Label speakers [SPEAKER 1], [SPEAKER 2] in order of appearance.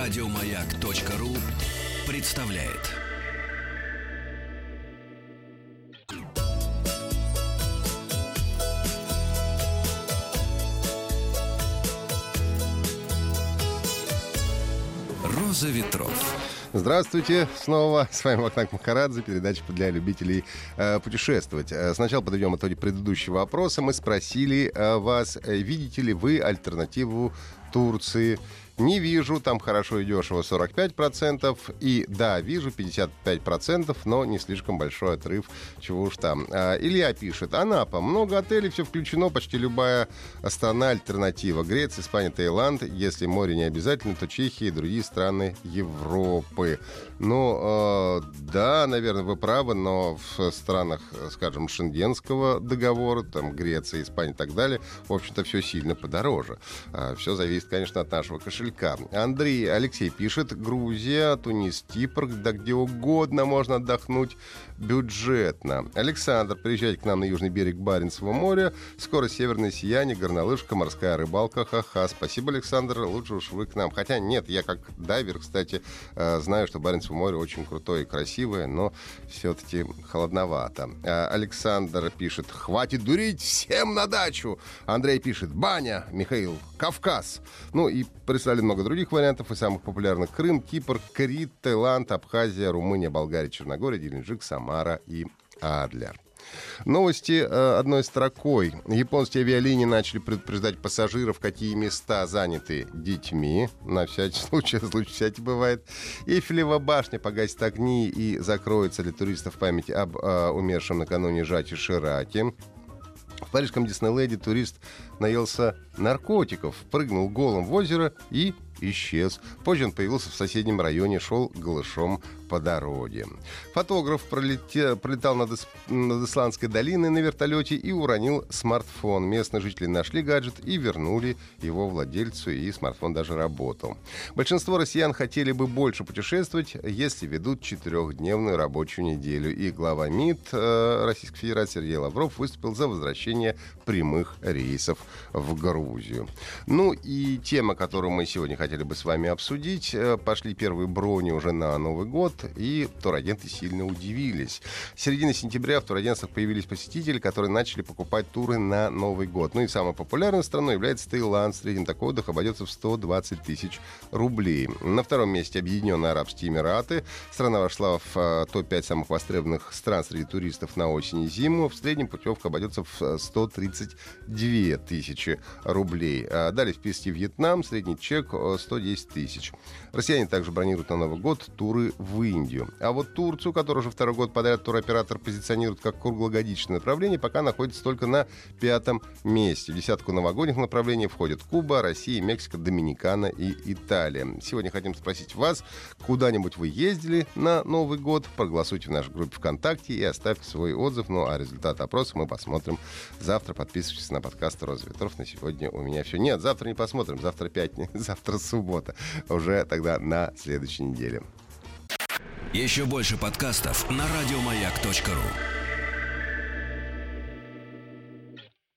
[SPEAKER 1] Радиомаяк.ру представляет. «Роза ветров».
[SPEAKER 2] Здравствуйте, снова с вами Вахтанг Махарадзе, передача для любителей путешествовать. Сначала подведем итоги предыдущего опроса. Мы спросили вас, видите ли вы альтернативу Турции. Не вижу, там хорошо и дешево 45%. И да, вижу 55%, но не слишком большой отрыв, чего уж там. Илья пишет: Анапа, много отелей, все включено, почти любая страна альтернатива. Греция, Испания, Таиланд. Если море не обязательно, то Чехия и другие страны Европы. Ну, да, наверное, вы правы, но в странах, скажем, Шенгенского договора, там Греция, Испания и так далее, в общем-то, все сильно подороже. Все зависит, конечно, от нашего кошелька. Алексей пишет: Грузия, Тунис, Кипр, да где угодно можно отдохнуть бюджетно. Александр: приезжайте к нам на южный берег Баренцева моря. Скоро северное сияние, горнолыжка, морская рыбалка. Ха-ха. Спасибо, Александр. Лучше уж вы к нам. Хотя нет, я как дайвер, кстати, знаю, что Баренцево море очень крутое и красивое, но все-таки холодновато. Александр пишет: хватит дурить, всем на дачу. Андрей пишет: баня. Михаил: Кавказ. Ну и прислали много других вариантов, и самых популярных: Крым, Кипр, Крит, Таиланд, Абхазия, Румыния, Болгария, Черногория, Геленджик, Самара и Адлер. Новости одной строкой. Японские авиалинии начали предупреждать пассажиров, какие места заняты детьми. На всякий случай всякий бывает. Эйфелева башня погасит огни и закроется для туристов в память об умершем накануне Жачи Шираке. В парижском Диснейленде турист наелся наркотиков, прыгнул голым в озеро и исчез. Позже он появился в соседнем районе, шел голышом по дороге. Фотограф пролетал над Исландской долиной на вертолете и уронил смартфон. Местные жители нашли гаджет и вернули его владельцу, и смартфон даже работал. Большинство россиян хотели бы больше путешествовать, если ведут 4-дневную рабочую неделю. И глава МИД Российской Федерации Сергей Лавров выступил за возвращение прямых рейсов в Грузию. Ну и тема, которую мы сегодня хотели бы с вами обсудить. Пошли первые брони уже на Новый год, и турагенты сильно удивились. С середины сентября в турагентствах появились посетители, которые начали покупать туры на Новый год. Ну и самой популярной страной является Таиланд. В среднем такой отдых обойдется в 120 тысяч рублей. На втором месте Объединенные Арабские Эмираты. Страна вошла в топ-5 самых востребованных стран среди туристов на осень и зиму. В среднем путевка обойдется в 132 тысячи рублей. Далее в списке Вьетнам, средний чек 110 тысяч. Россияне также бронируют на Новый год туры в Индию. А вот Турцию, которую уже второй год подряд туроператор позиционирует как круглогодичное направление, пока находится только на 5-м месте. В десятку новогодних направлений входят Куба, Россия, Мексика, Доминикана и Италия. Сегодня хотим спросить вас, куда-нибудь вы ездили на Новый год? Проголосуйте в нашей группе ВКонтакте и оставьте свой отзыв. Ну а результат опроса мы посмотрим завтра. Подписывайтесь на подкаст «Роза ветров». На сегодня у меня все. Нет, завтра не посмотрим. Завтра пятница, завтра суббота. Уже тогда на следующей неделе.
[SPEAKER 1] Еще больше подкастов на радиомаяк.ру.